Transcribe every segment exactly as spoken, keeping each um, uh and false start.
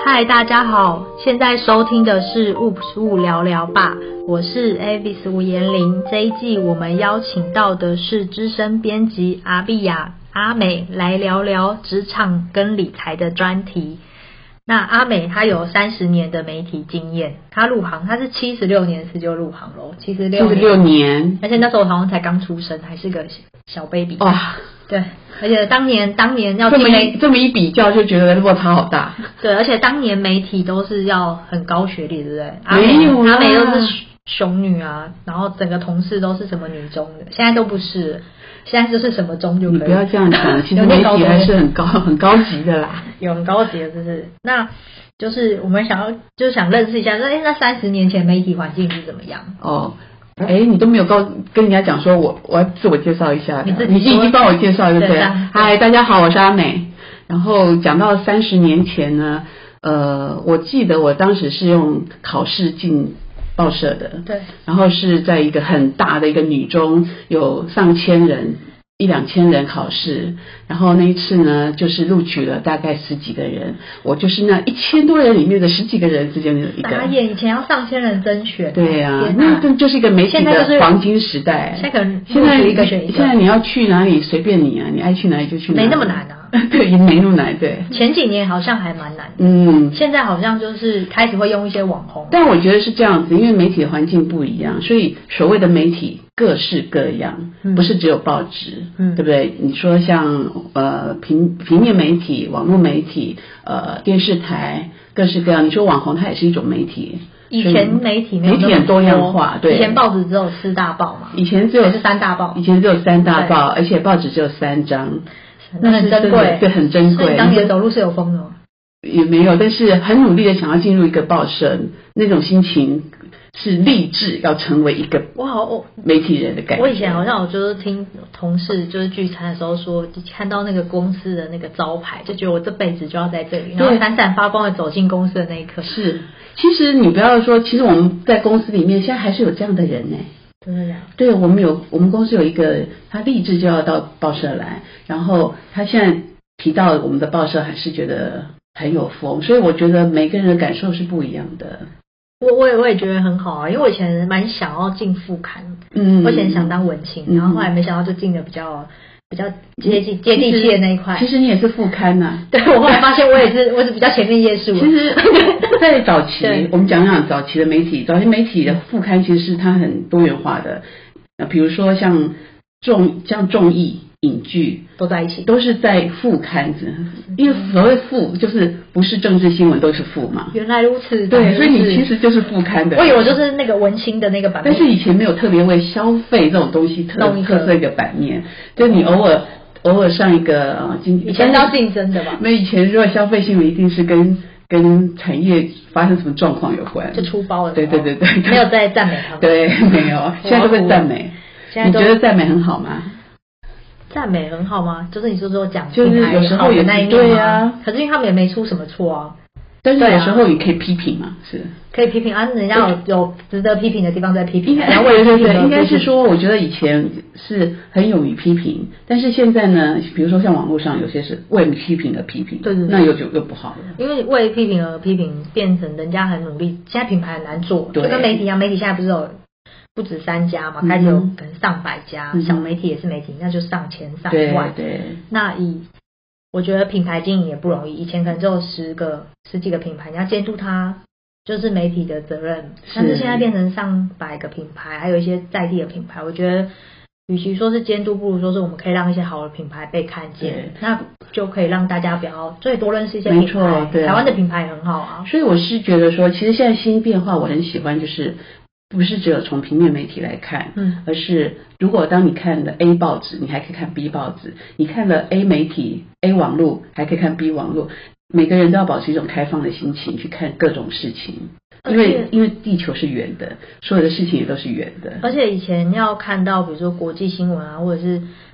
嗨，大家好，现在收听的是物不是物聊聊吧，我是 Avis 吴妍玲。这一季我们邀请到的是资深编辑阿碧雅阿美来聊聊职场跟理财的专题。那阿美她有三十年的媒体经验，她入行她是七十六年时就入行咯，七十六七十六年， 而且那时候好像才刚出生，还是个小 baby。 哇， 对，而且当年当年要这么进媒一这么一比较，就觉得落差好大。 对，而且当年媒体都是要很高学历，对不对？ 没有啦， 阿美都是雄女啊，然后整个同事都是什么女中的，现在都不是，现在就是什么中就可以。 你不要这样讲，其实媒体还是很高很高级的啦， 有很高级的，就是那就是我们想要就是想认识一下，说哎，那三十年前媒体环境是怎么样？ 哦。哎，你都没有告跟人家讲说我我要自我介绍一下， 你自己你已经帮我介绍对不对？ 对嗨，大家好，我是阿美。然后讲到三十年前呢，呃，我记得我当时是用考试进报社的， 对， 然后是在一个很大的一个女中，有上千人。一两千人考试，然后那一次呢，就是录取了大概十几个人，我就是那一千多人里面的十几个人之间的一个。 打眼以前要上千人甄选， 对啊，那这就是一个媒体的黄金时代。 现在可能现在一个选一个， 现在你要去哪里随便你啊，你爱去哪里就去哪里， 没那么难啊。 对，也没那么难，对。 前几年好像还蛮难的， 嗯， 现在好像就是开始会用一些网红。 但我觉得是这样子，因为媒体的环境不一样，所以所谓的媒体各式各样， 嗯、 不是只有报纸， 嗯， 对不对？你说像呃平平面媒体、网络媒体、呃电视台，各式各样。你说网红，它也是一种媒体。 以前媒体没有媒体很多样化，对。 以前报纸只有四大报嘛， 以前只有是三大报， 以前只有三大报，而且报纸只有三张。 那很珍贵， 对，很珍贵。 所以当年走路是有风的吗？ 也没有，但是很努力的想要进入一个报社，那种心情是立志要成为一个哇哦媒体人的感觉。 我以前好像我就是听同事就是聚餐的时候说，看到那个公司的那个招牌，就觉得我这辈子就要在这里，然后闪闪发光的走进公司的那一刻。 是，其实你不要说，其实我们在公司里面现在还是有这样的人呢。 真的呀？ 对，我们有我们公司有一个，他立志就要到报社来，然后他现在提到我们的报社，还是觉得很有风，所以我觉得每个人的感受是不一样的。 我我也我也觉得很好啊，因为我以前蛮想要进副刊， 嗯， 我以前想当文青， 嗯、 然后后来没想到就进了比较比较接近接地气的那一块。 其实你也是副刊呐、啊， 对，我后来发现我也是我是比较前面页数。 其实，在早期，我们讲讲早期的媒体，早期媒体的副刊其实是它很多元化的，呃，比如说像综像综艺。影剧都在一起， 都是在副刊子，因为所谓副就是不是政治新闻都是副嘛。 原来如此， 对，所以你其实就是副刊的。 我以为我就是那个文青的那个版面， 但是以前没有特别为消费这种东西特特色一个版面，就你偶尔偶尔上一个啊， 以前是要竞争的吧？ 那以前如果消费新闻一定是跟跟产业发生什么状况有关， 就出包了。 对对对对， 没有在赞美他们。 对，没有，现在都会赞美。你觉得赞美很好吗？ 赞美很好吗？就是你说说讲就是有时候也那一面对啊， 可是因为他们也没出什么错啊。 但是有时候也可以批评嘛，是可以批评啊，人家有有值得批评的地方在批评。 然后对对对，应该是说，我觉得以前是很勇于批评，但是现在呢，比如说像网络上有些是为批评而批评， 对对对， 那又就又不好了。 因为为批评而批评，变成人家很努力，现在品牌很难做，就跟媒体一样，媒体现在不是有。不止三家嘛，开始有可能上百家，嗯、小媒体也是媒体，那就上千上万。 对对。 那以我觉得品牌经营也不容易，以前可能只有十个、十几个品牌，你要监督它，就是媒体的责任。但是现在变成上百个品牌，还有一些在地的品牌，我觉得与其说是监督，不如说是我们可以让一些好的品牌被看见，那就可以让大家比较最多认识一些品牌。对、啊，台湾的品牌也很好啊。 所以我是觉得说，其实现在新变化，我很喜欢，就是。不是只有从平面媒体来看， 嗯， 而是如果当你看了 A 报纸，你还可以看 B 报纸；你看了 A 媒体、A 网络，还可以看 B 网络。每个人都要保持一种开放的心情去看各种事情，因为因为地球是圆的，所有的事情也都是圆的。 而且以前要看到，比如说国际新闻啊，或者是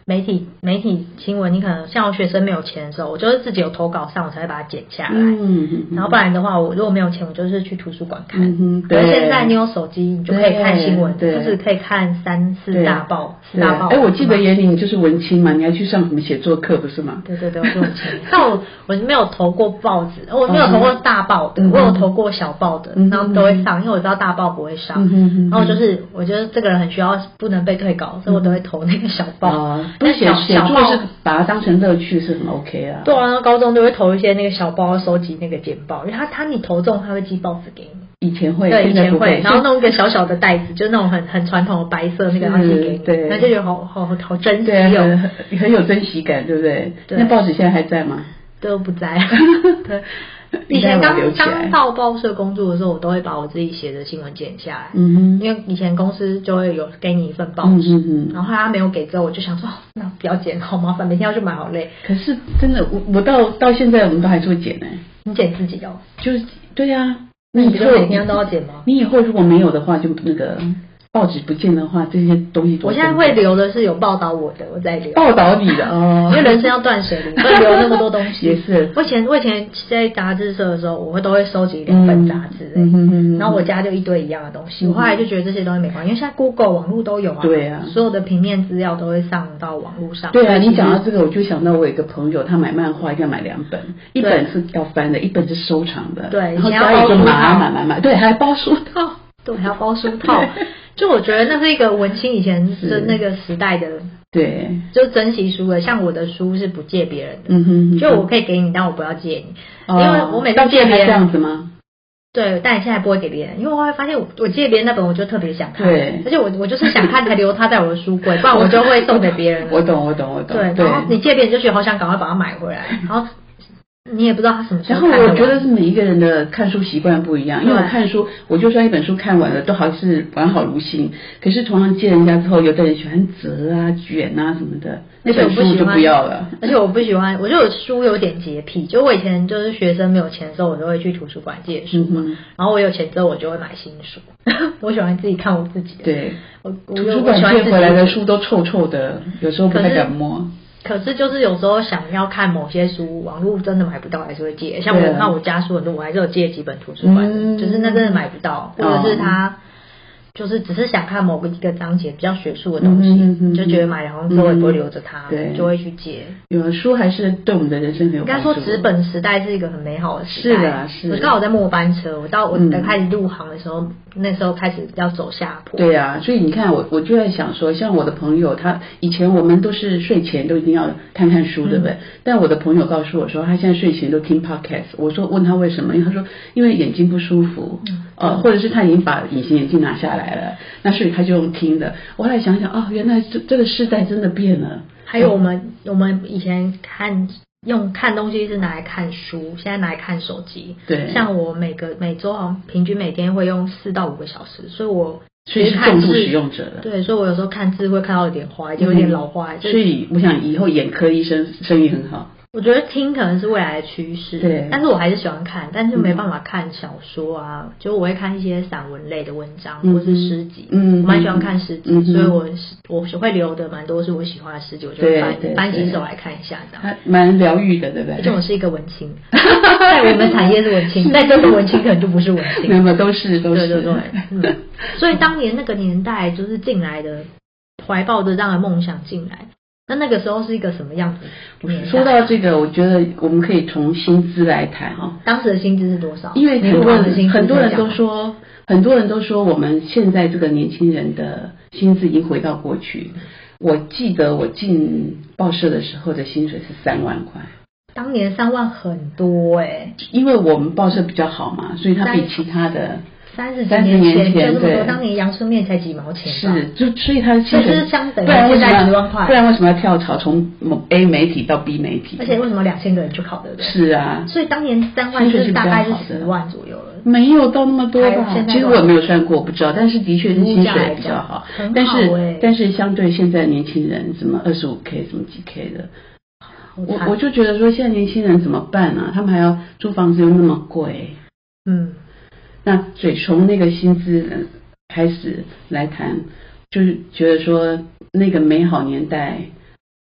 媒体媒体新闻，你可能像我学生没有钱的时候，我就是自己有投稿上，我才会把它剪下来。嗯嗯。然后不然的话，我如果没有钱，我就是去图书馆看。嗯嗯。对。现在你有手机，你就可以看新闻，就是可以看三四大报、四大报。 哎，我记得严玲你就是文青嘛，你还去上什么写作课不是吗？ 对对对，我是文青。但我我没有投过报纸，我没有投过大报的，我有投过小报的，然后都会上，因为我知道大报不会上。然后就是我觉得这个人很需要，不能被退稿，所以我都会投那个小报。 不是写写作是把它当成乐趣是很 OK 啊。 对啊，高中都会投一些那个小报，收集那个简报，因为他他你投中他会寄报纸给你。以前会， 对，以前会，然后弄一个小小的袋子，就是那种很很传统的白色那个，然后寄给你，对，然后就觉得好好好珍惜哦， 很很有珍惜感，对不对？对。那报纸现在还在吗？ 都不在。对。以前刚刚到报社工作的时候，我都会把我自己写的新闻剪下来，嗯哼，因为以前公司就会有给你一份报纸，嗯哼，然后他没有给之后，我就想说，那不要剪，好麻烦，每天要去买，好累。 可是真的，我我到到现在，我们都还是会剪呢。 你剪自己哦？ 就是对呀、啊， 那你不是每天都要剪吗？ 你以后如果没有的话，就那个。报纸不见的话，这些东西我现在会留的是有报道我的，我再留。 报道你的哦， 因为人生要断舍离，不能留那么多东西。 也是。 我以前我以前在杂志社的时候，我会都会收集两本杂志、欸，嗯嗯嗯，然后我家就一堆一样的东西。嗯、我后来就觉得这些东西没关系，因为现在 Google 网络都有啊， 对啊， 所有的平面资料都会上到网络上。 对啊，你讲到这个，我就想到我有一个朋友，他买漫画一定要买两本，一本是要翻的，一本是收藏的。 对， 然后家里就买买买买，对，还要包书套， 对，还要包书套。就我觉得那是一个文青以前的那个时代的， 对， 就珍惜书的。像我的书是不借别人的，嗯哼，就我可以给你，但我不要借你，哦、因为我每次借别人这样子吗？ 对，但你现在不会给别人，因为我会发现我我借别人那本我就特别想看， 对， 而且我我就是想看才留它在我的书柜，不然我就会送给别人。 我懂，我懂，我懂。 对，然后你借别人就觉得好想赶快把它买回来，然后。你也不知道他什么时候看然后我觉得是每一个人的看书习惯不一样，因为我看书，我就算一本书看完了，都好像是完好如新。可是同样借人家之后，有的人喜欢折啊、卷啊什么的，那本书就不要了。 而且我不喜欢，我就有书有点洁癖，就我以前就是学生没有钱的时候，我就会去图书馆借书嘛。嗯、然后我有钱之后，我就会买新书。我喜欢自己看我自己的。 对， 我我图书馆借回来的书都臭臭的，有时候不太敢摸。 可是就是有时候想要看某些书，网络真的买不到，还是会借。像我看我家书很多，我还是有借几本图书馆的，嗯、就是那真的买不到，或者是他就是只是想看某个一个章节比较学术的东西，嗯嗯、就觉得买了之后也不会留着它，嗯、就会去借。 有的书还是对我们的人生很有帮助。 应该说纸本时代是一个很美好的时代。是啊，是。 我刚好在末班车，我到我刚开始入行的时候，嗯、那时候开始要走下坡。 对啊，所以你看我我就在想说，像我的朋友，他以前我们都是睡前都一定要看看书，对不对？嗯、但我的朋友告诉我说，他现在睡前都听 podcast。我说问他为什么？因为他说因为眼睛不舒服，嗯、呃，或者是他已经把隐形眼镜拿下来了，那所以他就用听的。我后来想想，哦，原来这这个时代真的变了。 还有我们我们以前看用看东西是拿来看书，现在拿来看手机。 对， 像我每个每周好像平均每天会用四到五个小时，所以我所以是重度使用者的。 对，所以我有时候看字会看到有点花，已经有点老花。嗯、 所以我想以后眼科医生生意很好。 我觉得听可能是未来的趋势， 对， 但是我还是喜欢看，但是没办法看小说啊，嗯、就我会看一些散文类的文章，嗯、或是诗集，嗯，我蛮喜欢看诗集，嗯、所以我我会留的蛮多是我喜欢的诗集，我就会翻翻几首来看一下，这样， 蛮疗愈的，对不对？ 而且我是一个文青，在我们产业是文青，在这个文青可能就不是文青， 没有，都是都是， 对对对，嗯，所以当年那个年代就是进来的，怀抱着这样的梦想进来。那那个时候是一个什么样子？ 说到这个，我觉得我们可以从薪资来谈哈。 当时的薪资是多少？ 因为很多人很多人都说，很多人都说我们现在这个年轻人的薪资已经回到过去。我记得我进报社的时候的薪水是三万块。 当年三万很多哎、欸， 因为我们报社比较好嘛，所以它比其他的。 三十几年前就这么多，当年阳春面才几毛钱吧， 是，就所以他其实相等于现在十万块， 不然为什么要跳槽从 A 媒体到 B 媒体？ 而且为什么两千个人去考的？ 是啊， 所以当年三万就是大概是十万左右了， 没有到那么多吧？其实我也没有算过，我不知道，但是的确是薪水比较好，但是但是相对现在年轻人什么二十五 K 什么几 K 的。我我就觉得说现在年轻人怎么办啊？他们还要租房子又那么贵，嗯。那所以从那个薪资开始来谈，就是觉得说那个美好年代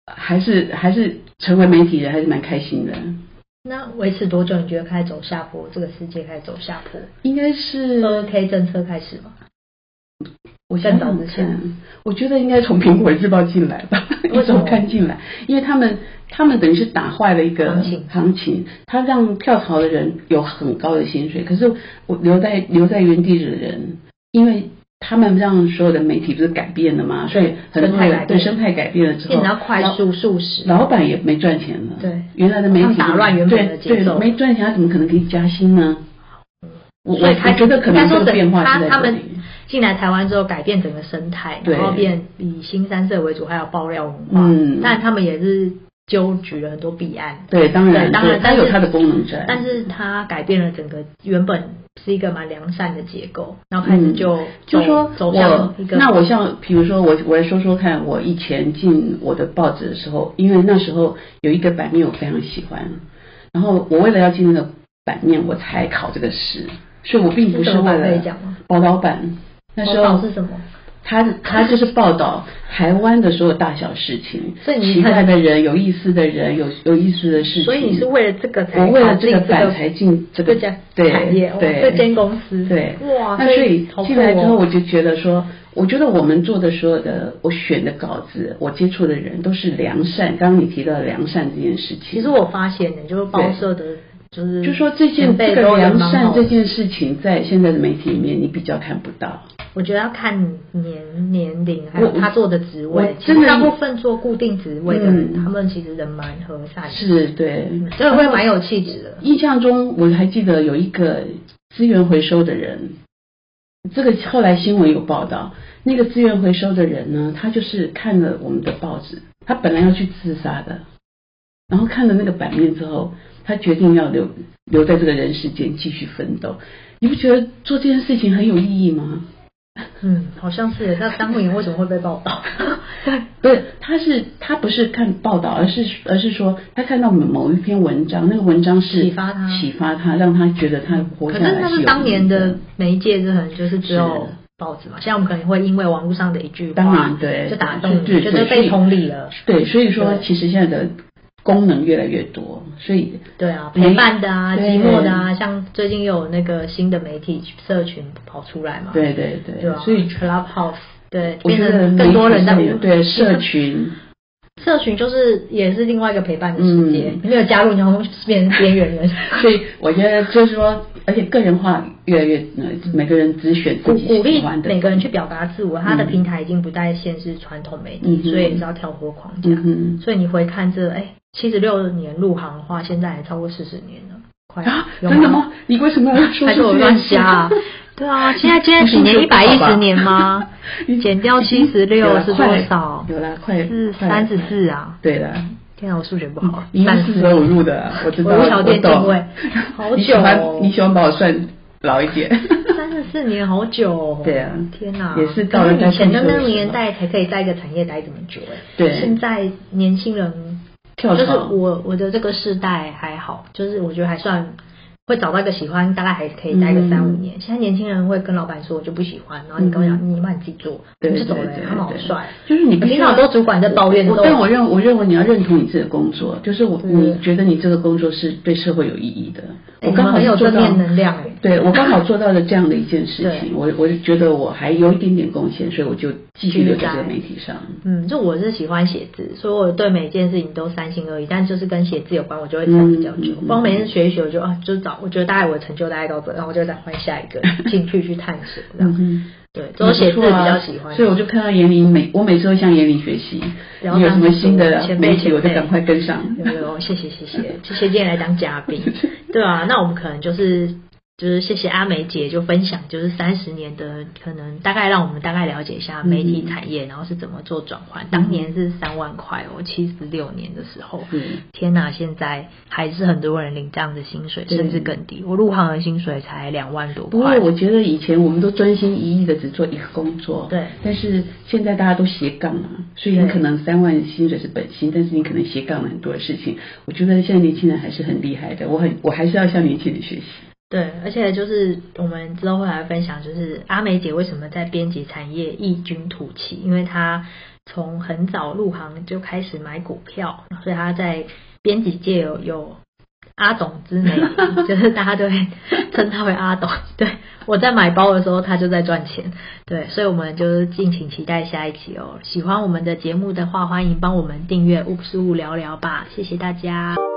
还是还是成为媒体人还是蛮开心的。 那维持多久？你觉得开始走下坡？这个世界开始走下坡？ 应该是二 K 政策开始吗？ 我想想看，我觉得应该从苹果日报进来吧，一周刊进来，因为他们他们等于是打坏了一个行情， 行情，他让跳槽的人有很高的薪水，可是我留在留在原地的人，因为他们让所有的媒体不是改变了嘛，所以很多人对生态改变了之后， 变得要快速速食， 老板也没赚钱了。 对， 原来的媒体打乱原本的节奏， 对，没赚钱，他怎么可能给你加薪呢？我所以我觉得可能这个变化是在他们进来台湾之后改变整个生态，然后变以新三色为主，还有爆料文化。嗯，但他们也是纠举了很多弊案。 对，当然， 当然， 它有它的功能在。 但是它改变了整个原本是一个蛮良善的结构，然后开始就、嗯、 就说走向一个。 那我像比如说我我来说说看，我以前进我的报纸的时候，因为那时候有一个版面我非常喜欢，然后我为了要进那个版面，我才考这个试。所以我并不是为了报道版，那时候是什么？ 他他就是报道台湾的所有大小事情， 所以你奇怪的人、有意思的人、有有意思的事情。 所以你是为了这个才我为了这个版才进这个产业， 对这间公司。 对， 哇， 那所以进来之后， 哦、 我就觉得说，我觉得我们做的所有的，我选的稿子，我接触的人都是良善。刚刚你提到的良善这件事情， 其实我发现的就是报社的。就是就说这件这个良善这件事情，在现在的媒体里面，你比较看不到。 我觉得要看年年龄，还有他做的职位。 其实大部分做固定职位的人，嗯、他们其实人蛮和善的。 是，对， 所以会蛮有气质的。 印象中我还记得有一个资源回收的人，这个后来新闻有报道，那个资源回收的人呢，他就是看了我们的报纸，他本来要去自杀的，然后看了那个版面之后。他决定要留留在这个人世间继续奋斗，你不觉得做这件事情很有意义吗？ 嗯，好像是。那当年为什么会被报道？ 不是，他是他不是看报道，而是而是说他看到某一篇文章，那个文章是启发他， 启发他，让他觉得他活下来是有意义的。 可是那是当年的媒介，就可能就是只有报纸嘛。现在我们可能会因为网络上的一句话， 当然对， 就打动你，觉得被同理了。 对，所以说其实现在的功能越来越多，所以对啊，陪伴的啊，寂寞的啊，像最近又有那个新的媒体社群跑出来嘛， 对对对， 对啊， 所以 Clubhouse 对，变成更多人在对社群， 社群就是也是另外一个陪伴的世界，嗯、你没有加入，你会变成边缘人。 所以我觉得就是说，而且个人化越来越，每个人只选自己喜欢的， 鼓励每个人去表达自我。他的平台已经不再限制传统媒体，嗯、所以也是要跳脱框架。嗯、所以你回看这，哎。七十六年入行的话，现在还超过四十年了，快啊！真的吗？你为什么要说？ 还是我乱加？对啊，现在现在几年？一百一十年吗？减掉七十六是多少？ 有啦，快是三十四啊！ 对了， 天啊，我数学不好。 你用四舍五入的，我知道。 我无条件敬畏，好久哦。 你喜欢把我算老一点？ 三十四年好久哦。 对啊， 天哪！ 也是到了以前的那个年代才可以在一个产业待这么久哎。 对。 现在年轻人。就是我我的这个世代还好，就是我觉得还算会找到一个喜欢，大概还可以待个三五年。嗯、现在年轻人会跟老板说我就不喜欢，然后你跟我讲、嗯、你帮你自己做， 对我就走了，他们好帅。 就是你听到很多主管在抱怨， 但我认我认为你要认同你自己的工作，就是我你觉得你这个工作是对社会有意义的。 我刚好很有正面能量哎， 对我刚好做到了这样的一件事情，我我就觉得我还有一点点贡献，所以我就继续留在这个媒体上。 嗯，就我是喜欢写字，所以我对每件事情都三心二意，但就是跟写字有关，我就会这样比较久。不然每次学一学，我就啊，就是找我觉得大概我的成就大概到这，然后我就再换下一个兴趣去探索这样。嗯对，只有写字比较喜欢， 所以我就看到严玲每我每次都向严玲学习，你有什么新的媒体，我就赶快跟上。 有有，谢谢谢谢，谢谢今天来当嘉宾，对啊，那我们可能就是就是谢谢阿梅姐就分享，就是三十年的可能大概让我们大概了解一下媒体产业，嗯、然后是怎么做转换。嗯、当年是三万块哦，七十六年的时候，嗯、天哪，现在还是很多人领这样的薪水，甚至更低。我入行的薪水才两万多块。 不过我觉得以前我们都专心一意的只做一个工作， 对。 但是现在大家都斜杠了，所以你可能三万薪水是本薪，但是你可能斜杠了很多的事情。我觉得现在年轻人还是很厉害的，我很我还是要向年轻人学习。 对，而且就是我们之后会来分享，就是阿梅姐为什么在编辑产业异军突起，因为她从很早入行就开始买股票，所以他在编辑界有有阿董之美，就是大家都会称他为阿董。对，我在买包的时候，他就在赚钱。对，所以我们就敬请期待下一期哦。喜欢我们的节目的话，欢迎帮我们订阅 Oops 物聊聊吧，谢谢大家。